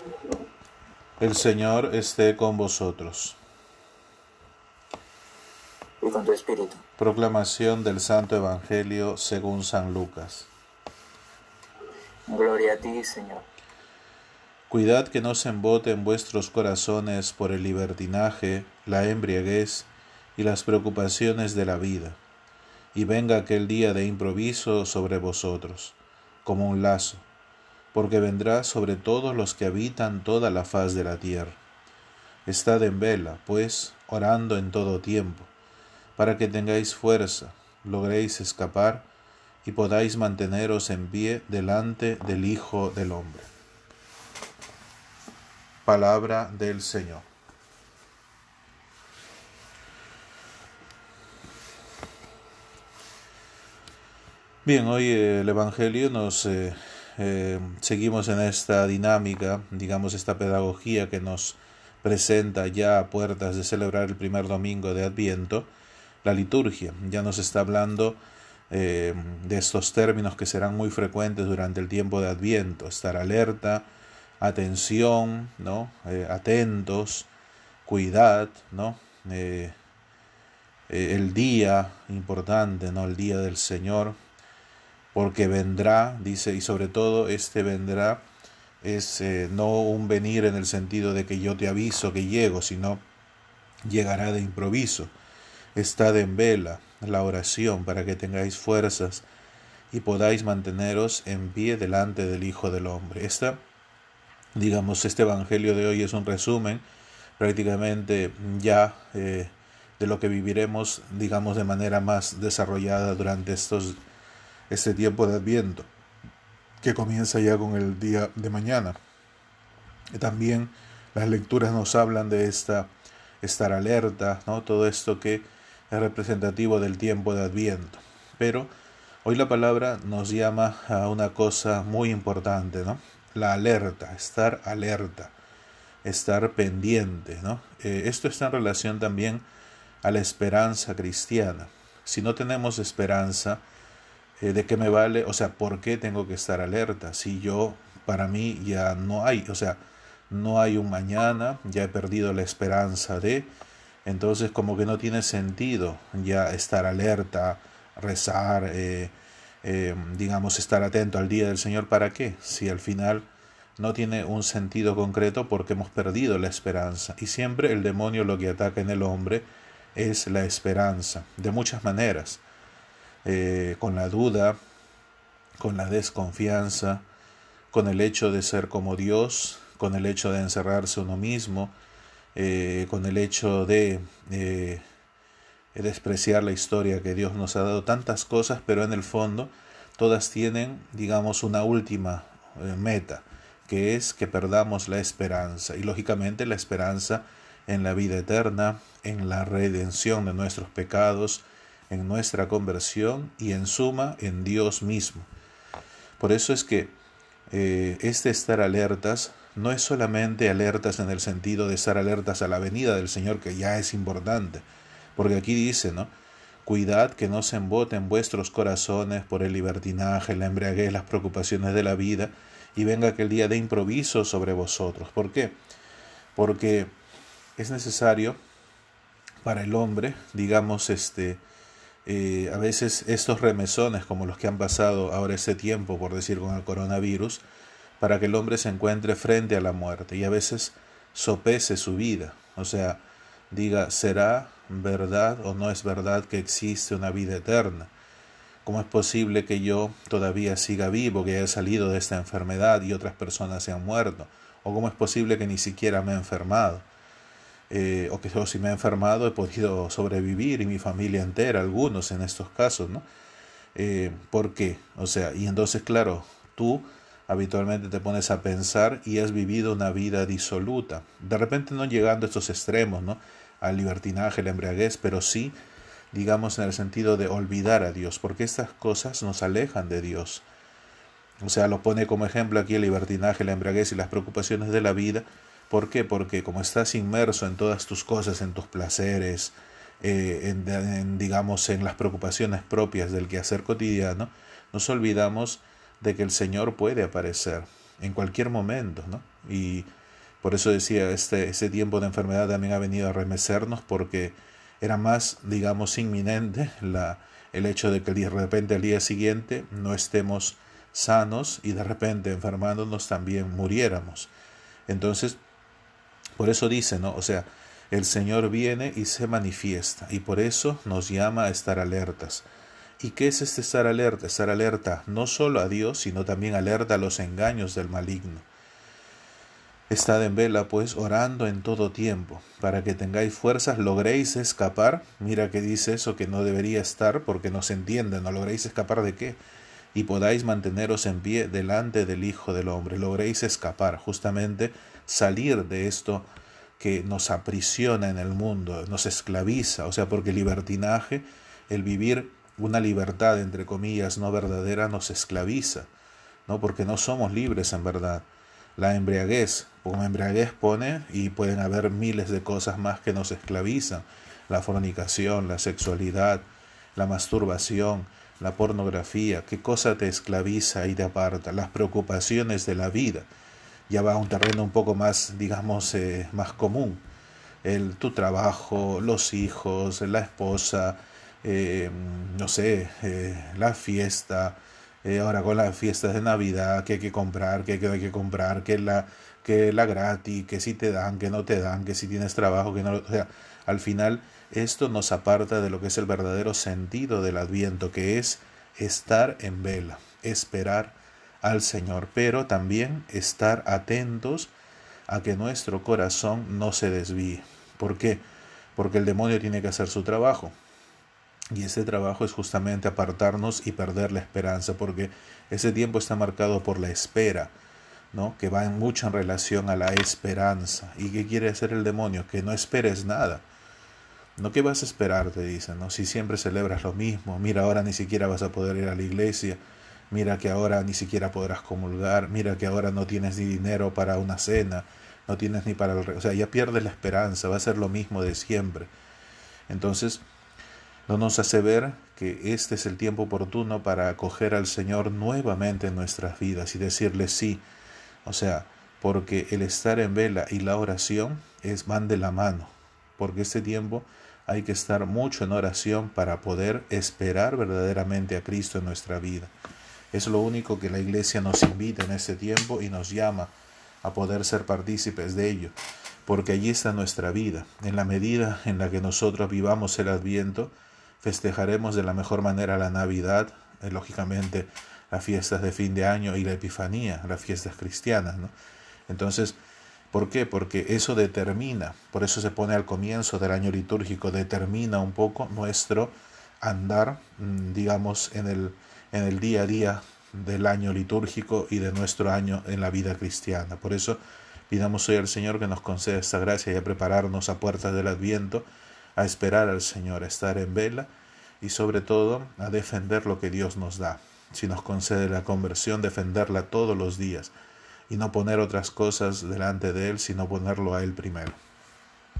El Señor esté con vosotros. Y con tu espíritu. Proclamación del Santo Evangelio según San Lucas. Gloria a ti, Señor. Cuidad que no se emboten vuestros corazones por el libertinaje, la embriaguez y las preocupaciones de la vida, y venga aquel día de improviso sobre vosotros, como un lazo, porque vendrá sobre todos los que habitan toda la faz de la tierra. Estad en vela, pues, orando en todo tiempo, para que tengáis fuerza, logréis escapar y podáis manteneros en pie delante del Hijo del Hombre. Palabra del Señor. Bien, hoy el Evangelio seguimos en esta dinámica, digamos esta pedagogía que nos presenta ya a puertas de celebrar el primer domingo de Adviento, la liturgia. Ya nos está hablando de estos términos que serán muy frecuentes durante el tiempo de Adviento: estar alerta, atención, ¿no? Atentos, cuidad, ¿no? El día importante, ¿no? El día del Señor, porque vendrá, dice, y sobre todo este vendrá es no un venir en el sentido de que yo te aviso que llego, sino llegará de improviso. Estad en vela, la oración, para que tengáis fuerzas y podáis manteneros en pie delante del Hijo del Hombre. Este Evangelio de hoy es un resumen prácticamente ya de lo que viviremos, digamos, de manera más desarrollada durante este tiempo de Adviento, que comienza ya con el día de mañana. También las lecturas nos hablan de estar alerta, ¿no? Todo esto que es representativo del tiempo de Adviento. Pero hoy la palabra nos llama a una cosa muy importante, ¿no? La alerta, estar pendiente, ¿no? Esto está en relación también a la esperanza cristiana. Si no tenemos esperanza, ¿de qué me vale? O sea, ¿por qué tengo que estar alerta? Si para mí ya no hay, o sea, no hay un mañana, ya he perdido la esperanza entonces como que no tiene sentido ya estar alerta, rezar, digamos, estar atento al día del Señor. ¿Para qué? Si al final no tiene un sentido concreto, porque hemos perdido la esperanza. Y siempre el demonio lo que ataca en el hombre es la esperanza, de muchas maneras. Con la duda, con la desconfianza, con el hecho de ser como Dios, con el hecho de encerrarse uno mismo, con el hecho de despreciar la historia que Dios nos ha dado, tantas cosas, pero en el fondo todas tienen, digamos, una última meta, que es que perdamos la esperanza, y lógicamente la esperanza en la vida eterna, en la redención de nuestros pecados, en nuestra conversión y en suma en Dios mismo. Por eso es que este estar alertas no es solamente alertas en el sentido de estar alertas a la venida del Señor, que ya es importante, porque aquí dice, ¿no? Cuidad que no se emboten vuestros corazones por el libertinaje, la embriaguez, las preocupaciones de la vida, y venga aquel día de improviso sobre vosotros. ¿Por qué? Porque es necesario para el hombre, digamos, a veces estos remesones como los que han pasado ahora este tiempo, por decir, con el coronavirus, para que el hombre se encuentre frente a la muerte y a veces sopese su vida, o sea, diga, ¿será verdad o no es verdad que existe una vida eterna? ¿Cómo es posible que yo todavía siga vivo, que haya salido de esta enfermedad y otras personas se han muerto? ¿O cómo es posible que ni siquiera me he enfermado? O si me he enfermado he podido sobrevivir, y mi familia entera, algunos en estos casos, ¿no? ¿Por qué? O sea, y entonces, claro, tú habitualmente te pones a pensar y has vivido una vida disoluta, de repente no llegando a estos extremos, ¿no? Al libertinaje, la embriaguez, pero sí, digamos, en el sentido de olvidar a Dios, porque estas cosas nos alejan de Dios. O sea, lo pone como ejemplo aquí el libertinaje, la embriaguez y las preocupaciones de la vida. ¿Por qué? Porque como estás inmerso en todas tus cosas, en tus placeres, digamos, en las preocupaciones propias del quehacer cotidiano, nos olvidamos de que el Señor puede aparecer en cualquier momento, ¿no? Y por eso decía, este tiempo de enfermedad también ha venido a remecernos, porque era más, digamos, inminente el hecho de que de repente al día siguiente no estemos sanos y de repente enfermándonos también muriéramos. Entonces, por eso dice, ¿no? O sea, el Señor viene y se manifiesta, y por eso nos llama a estar alertas. ¿Y qué es este estar alerta? Estar alerta no solo a Dios, sino también alerta a los engaños del maligno. Estad en vela, pues, orando en todo tiempo, para que tengáis fuerzas, logréis escapar. Mira que dice eso, que no debería estar, porque no se entiende, ¿no? ¿Logréis escapar de qué? Y podáis manteneros en pie delante del Hijo del Hombre. Logréis escapar, justamente salir de esto que nos aprisiona en el mundo, nos esclaviza, o sea, porque el libertinaje, el vivir una libertad, entre comillas, no verdadera, nos esclaviza, ¿no? Porque no somos libres en verdad. La embriaguez, como embriaguez pone, y pueden haber miles de cosas más que nos esclavizan: la fornicación, la sexualidad, la masturbación, la pornografía. ¿Qué cosa te esclaviza y te aparta? Las preocupaciones de la vida. Ya va a un terreno un poco más, digamos, más común. Tu trabajo, los hijos, la esposa, no sé, la fiesta. Ahora con las fiestas de Navidad, que hay que comprar, que no hay que comprar, que la gratis, que si te dan, que no te dan, que si tienes trabajo, que no. O sea, al final esto nos aparta de lo que es el verdadero sentido del Adviento, que es estar en vela, esperar al Señor, pero también estar atentos a que nuestro corazón no se desvíe. ¿Por qué? Porque el demonio tiene que hacer su trabajo. Y ese trabajo es justamente apartarnos y perder la esperanza, porque ese tiempo está marcado por la espera, ¿no? Que va mucho en relación a la esperanza. ¿Y qué quiere hacer el demonio? Que no esperes nada. ¿No? ¿Qué vas a esperar? Te dicen, ¿no? Si siempre celebras lo mismo. Mira, ahora ni siquiera vas a poder ir a la iglesia. Mira que ahora ni siquiera podrás comulgar. Mira que ahora no tienes ni dinero para una cena. No tienes ni para el... O sea, ya pierdes la esperanza. Va a ser lo mismo de siempre. Entonces, no nos hace ver que este es el tiempo oportuno para acoger al Señor nuevamente en nuestras vidas y decirle sí. O sea, porque el estar en vela y la oración van de la mano. Porque este tiempo hay que estar mucho en oración para poder esperar verdaderamente a Cristo en nuestra vida. Es lo único que la Iglesia nos invita en este tiempo y nos llama a poder ser partícipes de ello. Porque allí está nuestra vida. En la medida en la que nosotros vivamos el Adviento, festejaremos de la mejor manera la Navidad, lógicamente las fiestas de fin de año y la Epifanía, las fiestas cristianas, ¿no? Entonces, ¿por qué? Porque eso determina, por eso se pone al comienzo del año litúrgico, determina un poco nuestro andar, digamos, en el día a día del año litúrgico y de nuestro año en la vida cristiana. Por eso pidamos hoy al Señor que nos conceda esta gracia y a prepararnos a puertas del Adviento, a esperar al Señor, a estar en vela y sobre todo a defender lo que Dios nos da. Si nos concede la conversión, defenderla todos los días y no poner otras cosas delante de Él, sino ponerlo a Él primero.